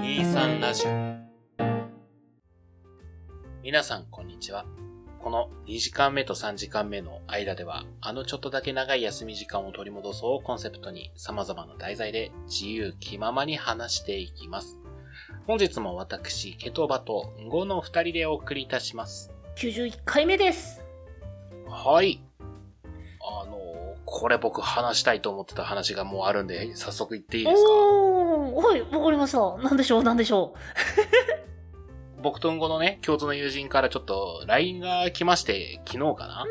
223ラジオ。皆さんこんにちは。この2時間目と3時間目の間では、ちょっとだけ長い休み時間を取り戻そうをコンセプトに様々な題材で自由気ままに話していきます。本日も私、ケトバとゴの2人でお送りいたします。 91回目です。 はい。これ僕話したいと思ってた話がもうあるんで、早速言っていいですか？ はい、わかりました。なんでしょう。 僕とんごのね、共通の友人からちょっと LINE が来まして、昨日かな？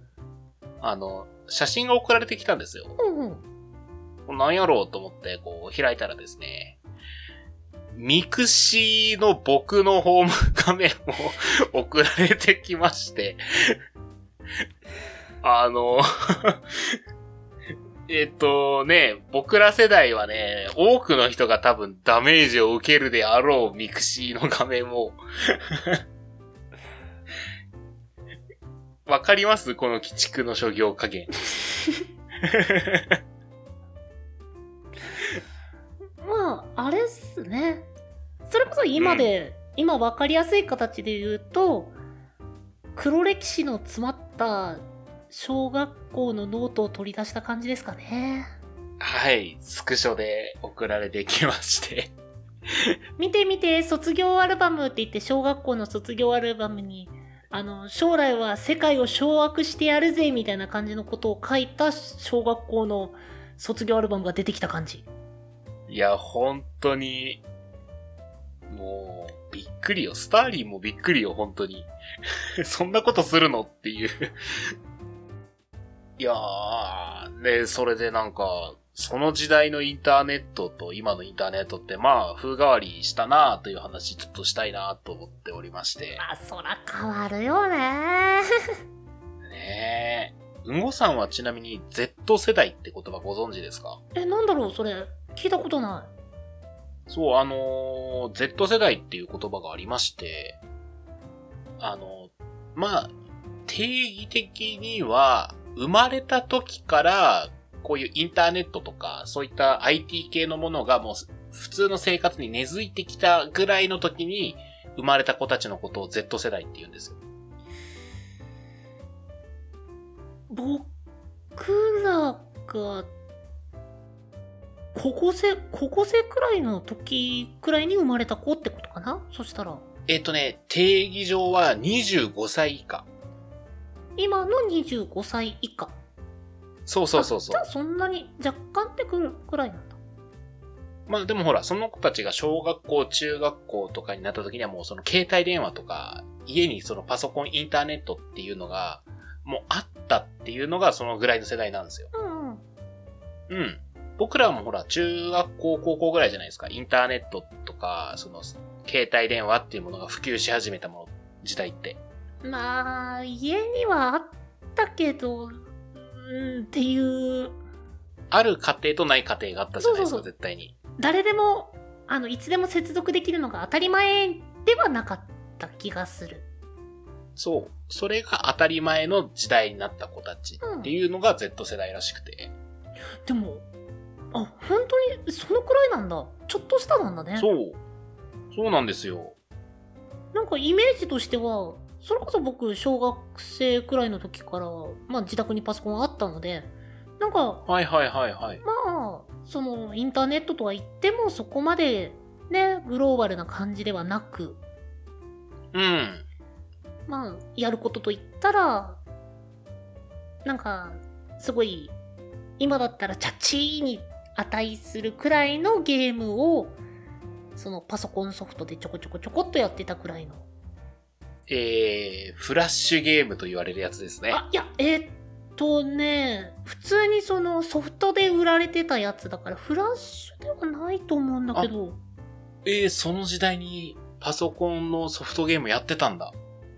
写真が送られてきたんですよ。何やろうと思ってこう開いたらですね、ミクシーの僕のホーム画面を送られてきまして、僕ら世代はね、多くの人が多分ダメージを受けるであろうミクシーの画面をわかります？この鬼畜の所業加減。 まあ、あれっすね。それこそ今わかりやすい形で言うと、黒歴史の詰まった小学校のノートを取り出した感じですかね。 はい、スクショで送られてきまして。 見て、卒業アルバムって言って小学校の卒業アルバムに、将来は世界を掌握してやるぜみたいな感じのことを書いた小学校の卒業アルバムが出てきた感じ。 いや、本当に、もう、びっくりよ。スターリーもびっくりよ、本当に。そんなことするのっていう。いやー、ね、それでなんか、その時代のインターネットと今のインターネットってまあ風変わりしたなという話ちょっとしたいなと思っておりまして。 まあそら変わるよね。 ねえ。うんごさんはちなみに Z 世代って言葉ご存知ですか？ なんだろうそれ。聞いたことない。 そう、Z 世代っていう言葉がありまして、まあ、定義的には生まれた時からこういうインターネットとか、そういった IT 系のものがもう普通の生活に根付いてきたぐらいの時に生まれた子たちのことを Z 世代って言うんですよ。 僕らが、高校生くらいの時くらいに生まれた子ってことかな？そしたら。 定義上は25歳以下。 今の25歳以下。 そう。じゃあそんなに若干ってくるくらいなんだ。 まあでもほら、その子たちが小学校、中学校とかになった時にはもうその携帯電話とか、家にそのパソコン、インターネットっていうのがもうあったっていうのがそのぐらいの世代なんですよ。うん。僕らもほら、中学校、高校ぐらいじゃないですか。インターネットとか、その携帯電話っていうものが普及し始めたもの、時代って。 まあ、家にはあったけど、っていう。 ある家庭とない家庭があったじゃないですか、絶対に。 誰でも、いつでも接続できるのが当たり前ではなかった気がする。 そう。それが当たり前の時代になった子たちっていうのが Z 世代らしくて。 でも、本当にそのくらいなんだ。ちょっとしたなんだね。 そうなんですよ。 なんかイメージとしては、それこそ僕、小学生くらいの時から、まあ自宅にパソコンがあったので、なんか、 はい。まあ、そのインターネットとは言ってもそこまでね、グローバルな感じではなく、まあ、やることと言ったら、なんか、すごい、今だったらチャッチーに値するくらいのゲームを、そのパソコンソフトでちょこっとやってたくらいの。 フラッシュゲームと言われるやつですね。 普通にそのソフトで売られてたやつだからフラッシュではないと思うんだけど。 その時代にパソコンのソフトゲームやってたんだ。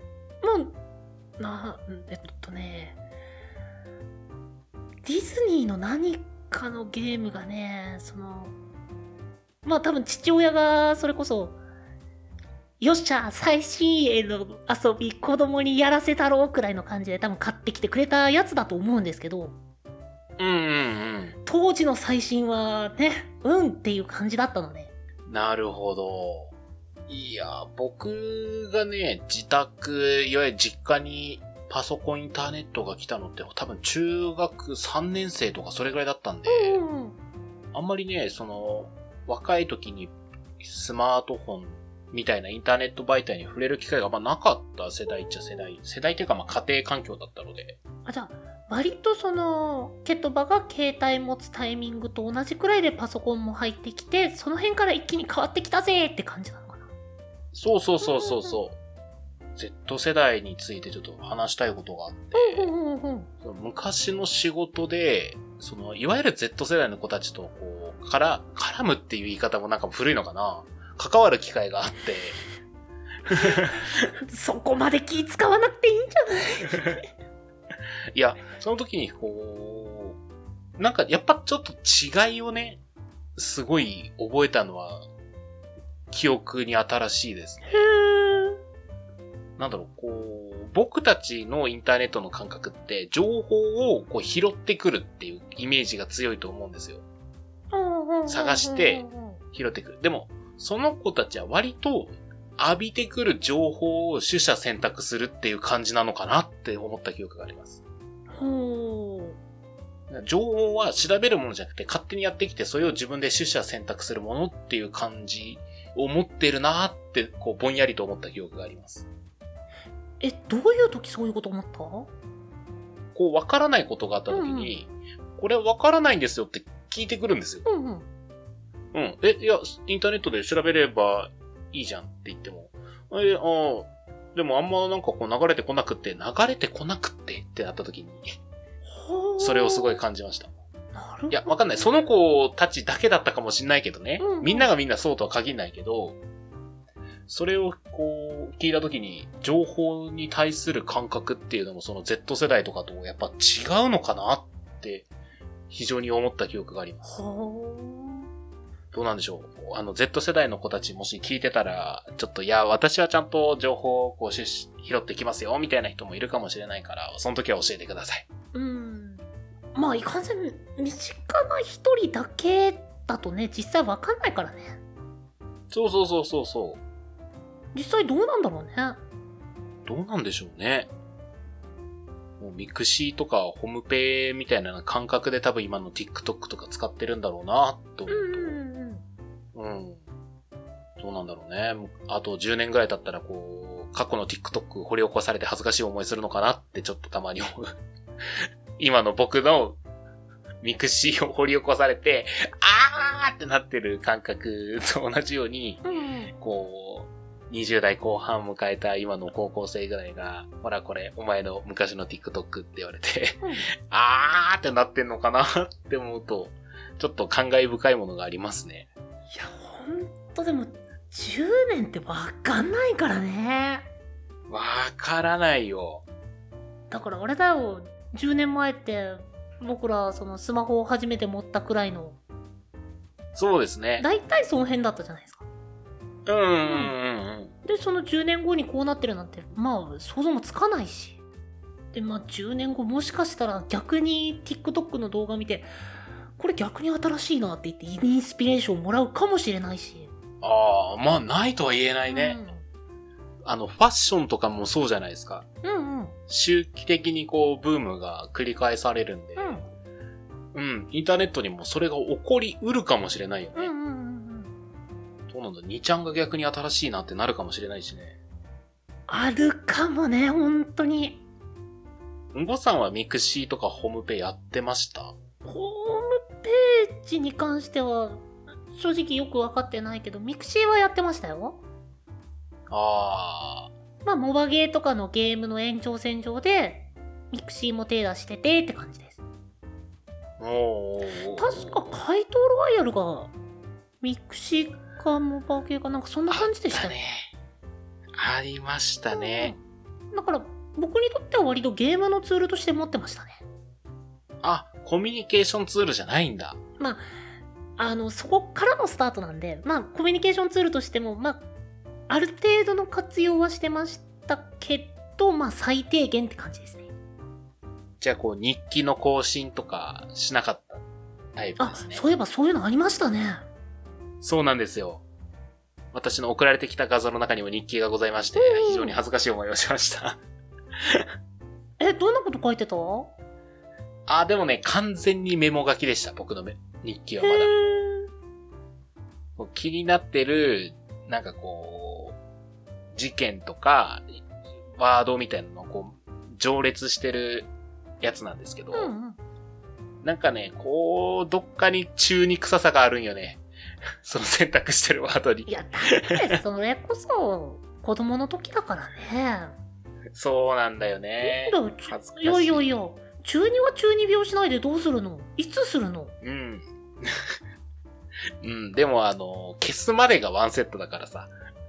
ディズニーの何かのゲームがね、まあ多分父親がそれこそ、よっしゃ、最新鋭の遊び子供にやらせたろうくらいの感じで多分買ってきてくれたやつだと思うんですけど、 当当時の最新はね、っていう感じだったので。 なるほど。いや、僕がね、自宅、いわゆる実家にパソコンインターネットが来たのって多分中学3年生とかそれぐらいだったんで、あんまりね、若い時にスマートフォンみたいなインターネット媒体に触れる機会がなかった世代っちゃ世代っていうか家庭環境だったので。 じゃあ、割とケトバが携帯持つタイミングと同じくらいでパソコンも入ってきて、その辺から一気に変わってきたぜって感じなのかな。 そう。Z 世代についてちょっと話したいことがあって、昔の仕事で、いわゆる Z 世代の子たちと絡むっていう言い方もなんか古いのかな、関わる機会があって。 そこまで気使わなくていいんじゃない？ いや、その時になんかやっぱちょっと違いをね、すごい覚えたのは、記憶に新しいですね。なんだろう、僕たちのインターネットの感覚って、情報を拾ってくるっていうイメージが強いと思うんですよ。探して拾ってくる。でも、その子たちは割と浴びてくる情報を取捨選択するっていう感じなのかなって思った記憶があります。情報は調べるものじゃなくて勝手にやってきて、それを自分で取捨選択するものっていう感じを持ってるなーって、ぼんやりと思った記憶があります。 どういう時そういうこと思った？ わからないことがあった時に、これわからないんですよって聞いてくるんですよ。いや、インターネットで調べればいいじゃんって言っても、でもあんまなんか流れてこなくってってなった時に、それをすごい感じました。いや、わかんない。その子たちだけだったかもしんないけどね。みんながみんなそうとは限らないけど、それを聞いた時に、情報に対する感覚っていうのもその Z 世代とかとやっぱ違うのかなって非常に思った記憶があります。どうなんでしょう。Z 世代の子たちもし聞いてたら、ちょっと私はちゃんと情報を拾ってきますよみたいな人もいるかもしれないから、その時は教えてください。 いかんせん身近な一人だけだとね、実際わかんないからね。 そう。 実際どうなんだろうね。 どうなんでしょうね。もうミクシーとかホームペイみたいな感覚で多分今の TikTok とか使ってるんだろうなと思うと。どうなんだろうね。あと10年ぐらい経ったら過去の TikTok 掘り起こされて恥ずかしい思いするのかなってちょっとたまに思う。今の僕のミクシーを掘り起こされて、あーってなってる感覚と同じように、20代後半迎えた今の高校生ぐらいが、ほらこれ、お前の昔の TikTok って言われて、あーってなってんのかなって思うと、ちょっと感慨深いものがありますね。 いや、ほんとでも、10年ってわかんないからね。 わからないよ。 だからあれだよ、10年前って、僕らスマホを初めて持ったくらいの。 そうですね。 だいたいその辺だったじゃないですか。で、その10年後にこうなってるなんて、想像もつかないし。で、10年後もしかしたら逆に TikTok の動画見て、これ逆に新しいなって言ってインスピレーションもらうかもしれないし。 ないとは言えないね。ファッションとかもそうじゃないですか。周期的にブームが繰り返されるんで。インターネットにもそれが起こりうるかもしれないよね。どうなんだ、2ちゃんが逆に新しいなってなるかもしれないしね。 あるかもね、本当に。 んごさんはミクシーとかホームペイやってました？ ホームページに関しては、正直よくわかってないけど、ミクシーはやってましたよ。モバゲーとかのゲームの延長線上で、ミクシーも手出しててって感じです。確か怪盗ロワイヤルが、ミクシーかモバゲーかなんかそんな感じでしたね。 ありましたね。 だから、僕にとっては割とゲームのツールとして持ってましたね。 コミュニケーションツールじゃないんだ。 そこからのスタートなんで、コミュニケーションツールとしても、ある程度の活用はしてましたけど、最低限って感じですね。 じゃあ、日記の更新とかしなかったタイプですね。 そういえばそういうのありましたね。 そうなんですよ。 私の送られてきた画像の中にも日記がございまして、非常に恥ずかしい思いをしました。 どんなこと書いてた？ でもね、完全にメモ書きでした、僕の日記はまだ。気になってる、なんかこう、事件とか、ワードみたいなのをこう、上列してるやつなんですけど、なんかね、こう、どっかに中に臭さがあるんよね。その選択してるワードに。 いや、だってそれこそ、子供の時だからね。 そうなんだよね。 いやいやいや、中2は中二病しないでどうするの？いつするの？ うん。うん、でも消すまでがワンセットだからさ。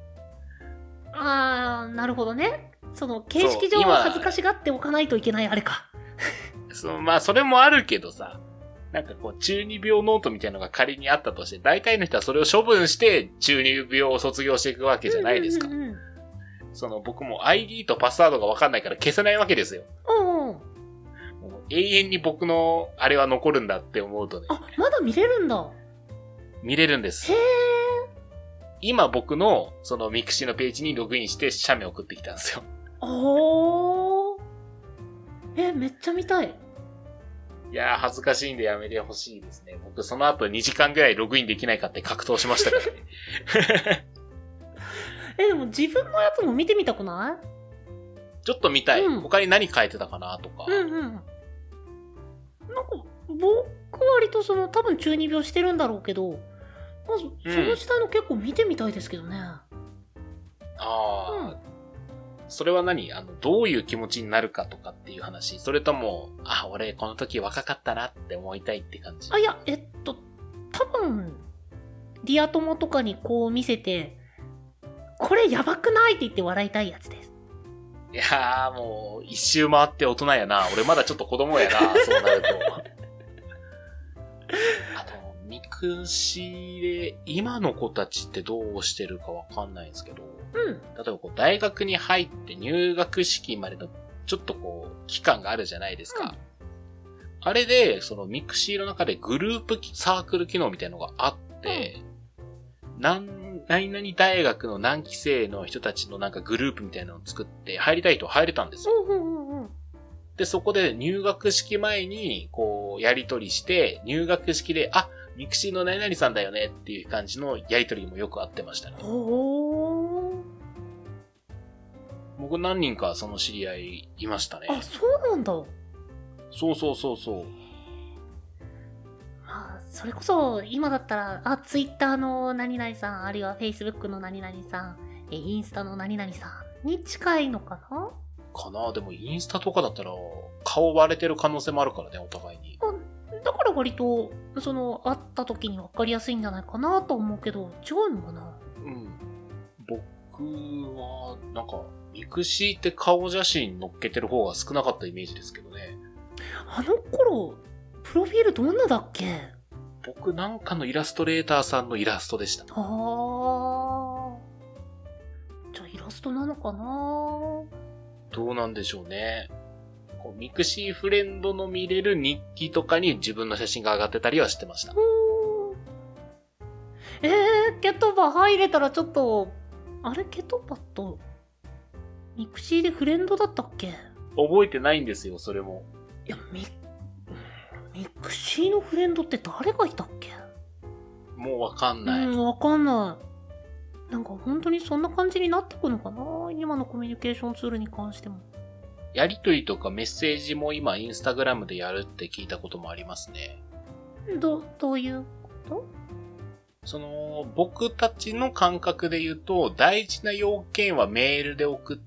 なるほどね。その、形式上は恥ずかしがっておかないといけないあれか。 まあ、それもあるけどさ。なんかこう、中二病ノートみたいなのが仮にあったとして、大体の人はそれを処分して、中二病を卒業していくわけじゃないですか。僕も ID とパスワードがわかんないから消せないわけですよ。もう永遠に僕のあれは残るんだって思うとね。 まだ見れるんだ。 見れるんです。今僕のそのミクシーのページにログインして写メ送ってきたんですよ。 めっちゃ見たい。 いやー、恥ずかしいんでやめてほしいですね。僕その後2時間ぐらいログインできないかって格闘しましたからね。 でも自分のやつも見てみたくない？ ちょっと見たい。他に何書いてたかなとか。なんか、 僕割と多分中二病してるんだろうけど、まず、その時代の結構見てみたいですけどね。 それは何？どういう気持ちになるかとかっていう話？それとも、俺この時若かったなって思いたいって感じ？ いや、多分、リア友とかにこう見せて、これやばくないって言って笑いたいやつです。 いやーもう、一周回って大人やな。俺まだちょっと子供やな、そうなると。ミクシーで、今の子たちってどうしてるかわかんないんですけど、例えばこう大学に入って入学式までのちょっとこう、期間があるじゃないですか。あれで、そのミクシーの中でグループサークル機能みたいなのがあって、何々大学の何期生の人たちのなんかグループみたいなのを作って入りたい人入れたんですよ。で、そこで入学式前にこうやり取りして、入学式で、ミクシーの何々さんだよねっていう感じのやり取りもよくあってましたね。僕何人かその知り合いいましたね。 そうなんだ。 そう。 それこそ今だったらツイッターの何々さん、あるいはフェイスブックの何々さん、インスタの何々さんに近いのかな？ でもインスタとかだったら顔割れてる可能性もあるからね、お互いに。 だから割と会った時に分かりやすいんじゃないかなと思うけど、違うのかな？ 僕はなんかミクシーって顔写真載っけてる方が少なかったイメージですけどね。 あの頃プロフィールどんなだっけ？ 僕なんかのイラストレーターさんのイラストでした。 じゃあイラストなのかな？ どうなんでしょうね。ミクシーフレンドの見れる日記とかに自分の写真が上がってたりはしてました。 ケトバ入れたらちょっと、ケトバとミクシーでフレンドだったっけ？ 覚えてないんですよ、それも。 いや、ミクシーのフレンドって誰がいたっけ？ もうわかんない。 わかんない。なんか本当にそんな感じになってくのかな？今のコミュニケーションツールに関しても。 やりとりとかメッセージも今インスタグラムでやるって聞いたこともありますね。 どういうこと？ 僕たちの感覚で言うと、大事な要件はメールで送って、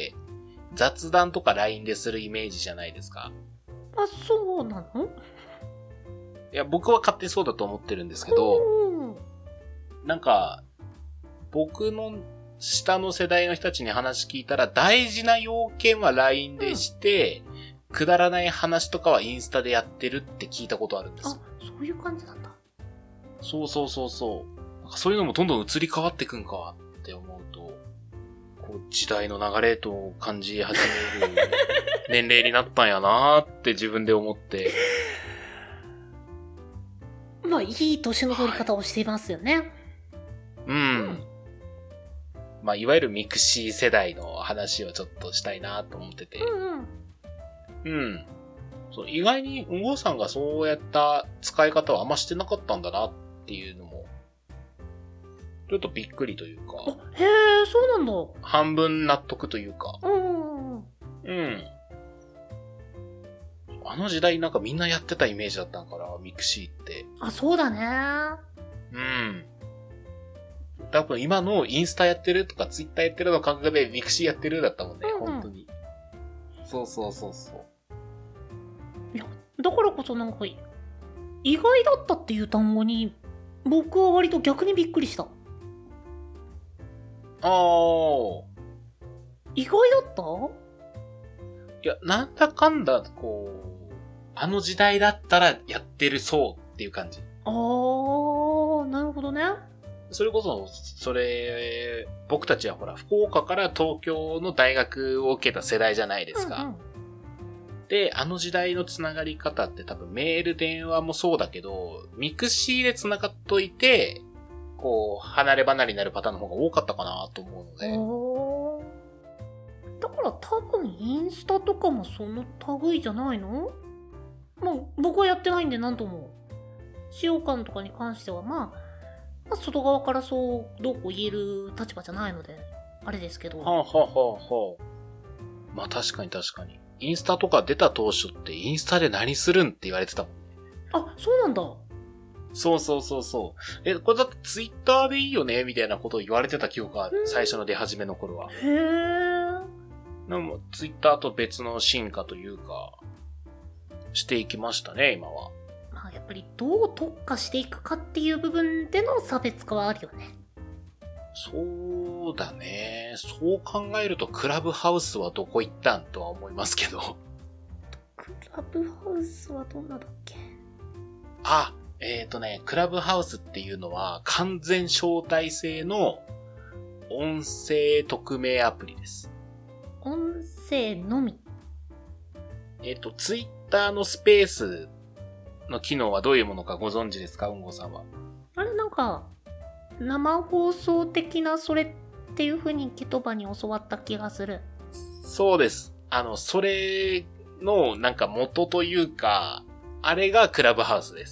雑談とか LINE でするイメージじゃないですか。 そうなの？ いや、僕は勝手にそうだと思ってるんですけど、なんか、僕の下の世代の人たちに話聞いたら、大事な要件は LINE でして、くだらない話とかはインスタでやってるって聞いたことあるんですよ。 そういう感じなんだ。 そう。なんかそういうのもどんどん移り変わってくんかって思うと、時代の流れと感じ始める年齢になったんやなーって自分で思って。 いい年の取り方をしていますよね。 まあ、いわゆるミクシー世代の話をちょっとしたいなと思ってて。そう意外に、うんごさんがそうやった使い方はあんましてなかったんだなっていうのも、ちょっとびっくりというか。 へえ、そうなんだ。 半分納得というか。あの時代なんかみんなやってたイメージだったんから、ミクシーって。 そうだね。 多分今のインスタやってるとかツイッターやってるの感覚でミクシーやってるだったもんね、本当に。そう。 いや、だからこそなんか、意外だったっていう単語に、僕は割と逆にびっくりした。意外だった？ いや、なんだかんだ、あの時代だったらやってるそうっていう感じ。 なるほどね。 それこそ、僕たちはほら、福岡から東京の大学を受けた世代じゃないですか。で、あの時代のつながり方って多分メール、電話もそうだけど、ミクシーでつながっといて、離れ離れになるパターンの方が多かったかなと思うので。 だから多分インスタとかもその類じゃないの？僕はやってないんでなんとも。使用感とかに関してはまあ外側からそうどうこう言える立場じゃないので、あれですけど。 まあ確かに。インスタとか出た当初ってインスタで何するんって言われてたもんね。 そうなんだ。 そう。これだってツイッターでいいよねみたいなことを言われてた記憶がある。最初の出始めの頃は。でもツイッターと別の進化というか、していきましたね、今は。 やっぱりどう特化していくかっていう部分での差別化はあるよね。 そうだね。そう考えるとクラブハウスはどこ行ったんとは思いますけど。 クラブハウスはどんなだっけ？ クラブハウスっていうのは完全招待制の音声匿名アプリです。 音声のみ？ ツイッターのスペースの機能はどういうものかご存知ですか、うんごさんは。 なんか、生放送的なそれっていう風にケトバに教わった気がする。 そうです。それのなんか元というか、あれがクラブハウスです。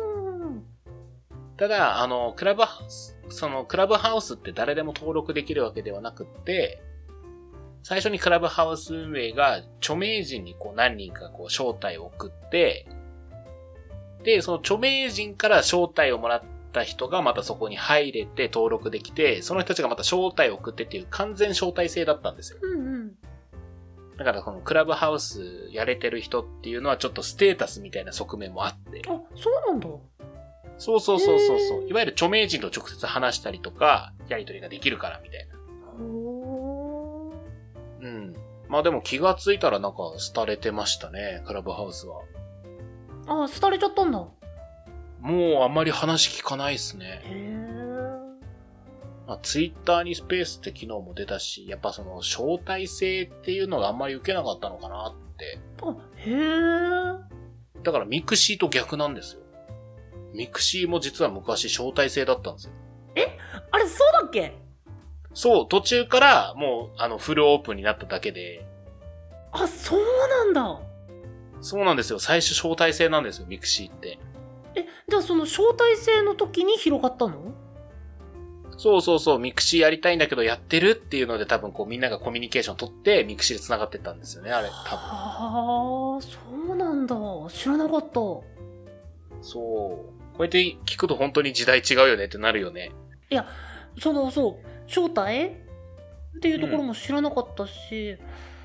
ただ、クラブハウスって誰でも登録できるわけではなくって、最初にクラブハウス運営が著名人に何人か招待を送って、で、その著名人から招待をもらった人がまたそこに入れて登録できて、その人たちがまた招待を送ってっていう完全招待制だったんですよ。だからこのクラブハウスやれてる人っていうのはちょっとステータスみたいな側面もあって。 そうなんだ。 そう。いわゆる著名人と直接話したりとか、やりとりができるからみたいな。まあでも気がついたらなんか廃れてましたね、クラブハウスは。 廃れちゃったんだ。 もうあんまり話聞かないっすね。ツイッターにスペースって機能も出たし、やっぱその招待制っていうのがあんまり受けなかったのかなって。だからミクシーと逆なんですよ。ミクシーも実は昔招待制だったんですよ。 あれそうだっけ？ そう、途中からもうフルオープンになっただけで。 そうなんだ。 そうなんですよ。最初招待制なんですよ、ミクシーって。 じゃあその招待制の時に広がったの？ そう、ミクシーやりたいんだけどやってるっていうので多分みんながコミュニケーション取ってミクシーで繋がってったんですよね、あれ、多分。 そうなんだ。知らなかった。 そう。こうやって聞くと本当に時代違うよねってなるよね。 いや、招待っていうところも知らなかったし、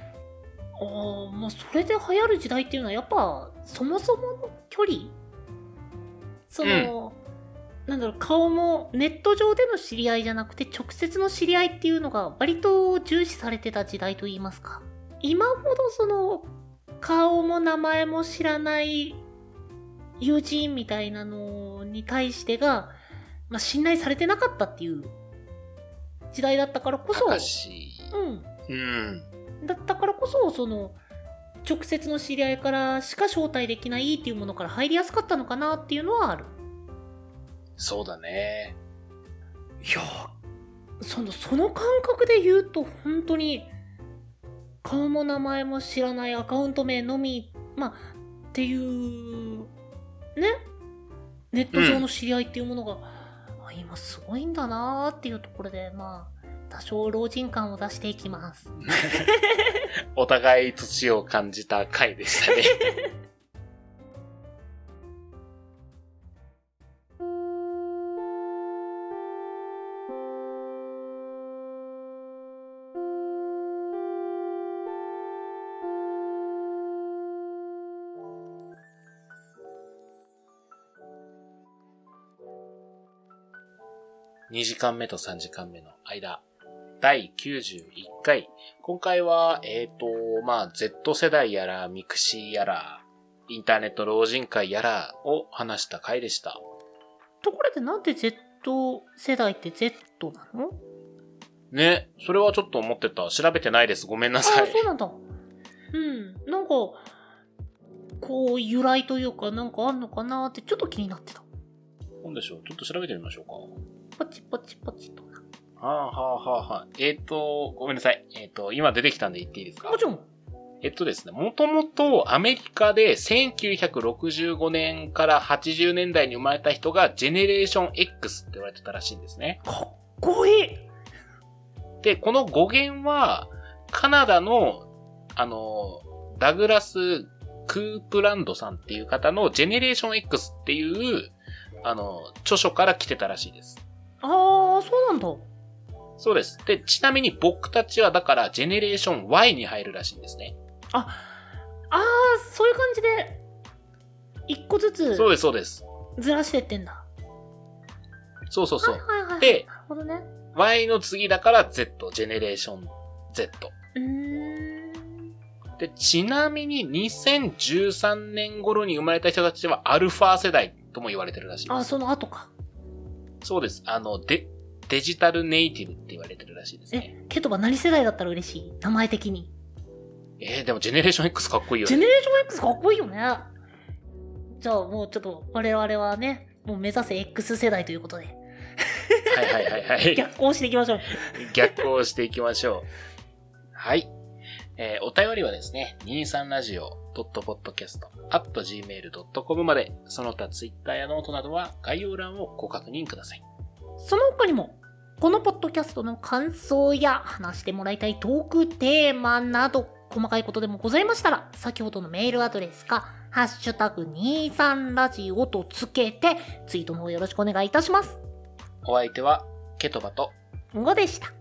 それで流行る時代っていうのはやっぱそもそもの距離、顔もネット上での知り合いじゃなくて直接の知り合いっていうのが割と重視されてた時代といいますか、今ほど顔も名前も知らない友人みたいなのに対してが、信頼されてなかったっていう時代だったからこそ、だったからこそ直接の知り合いからしか招待できないっていうものから入りやすかったのかなっていうのはある。 そうだね。 いや、 その感覚で言うと本当に顔も名前も知らないアカウント名のみっていうね、ネット上の知り合いっていうものが、今すごいんだなーっていうところで多少老人感を出していきます。 お互い土を感じた回でしたね。2時間目と3時間目の間。第91回。今回は、Z 世代やら、ミクシーやら、インターネット老人会やらを話した回でした。 ところでなんで Z 世代って Z なの？ ね、それはちょっと思ってた。調べてないです。ごめんなさい。 そうなんだ。なんか、こう、由来というかなんかあんのかなってちょっと気になってた。 なんでしょう。ちょっと調べてみましょうか。 ポチポチポチと。 ごめんなさい。今出てきたんで言っていいですか？ もちろん。 ですね、もともとアメリカで1965年から80年代に生まれた人がジェネレーション X って言われてたらしいんですね。 かっこいい。 で、この語源は、カナダの、ダグラス・クープランドさんっていう方のジェネレーション X っていう、著書から来てたらしいです。 そうなんだ。 そうです。で、ちなみに僕たちはだからジェネレーション Y に入るらしいんですね。 そういう感じで、一個ずつ。 そうです、そうです。 ずらしてってんだ。 そう。 はい。 で、 なるほどね。 Y の次だから Z、ジェネレーション Z。で、ちなみに2013年頃に生まれた人たちはアルファ世代とも言われてるらしいです。 その後か。 そうです。デジタルネイティブって言われてるらしいですね。 ケトバ何世代だったら嬉しい？名前的に。 でもジェネレーション X かっこいいよね。 ジェネレーション X かっこいいよね。じゃあもうちょっと我々はね、もう目指せ X 世代ということで。 はい。 逆行していきましょう。 逆行していきましょう。はい。お便りはですね、23radio.podcast@gmail.com まで、その他 Twitter やノートなどは概要欄をご確認ください。 その他にも、このポッドキャストの感想や話してもらいたいトークテーマなど、細かいことでもございましたら、先ほどのメールアドレスか、ハッシュタグ23ラジオとつけて、ツイートの方よろしくお願いいたします。 お相手は、ケトバと、 ゴでした。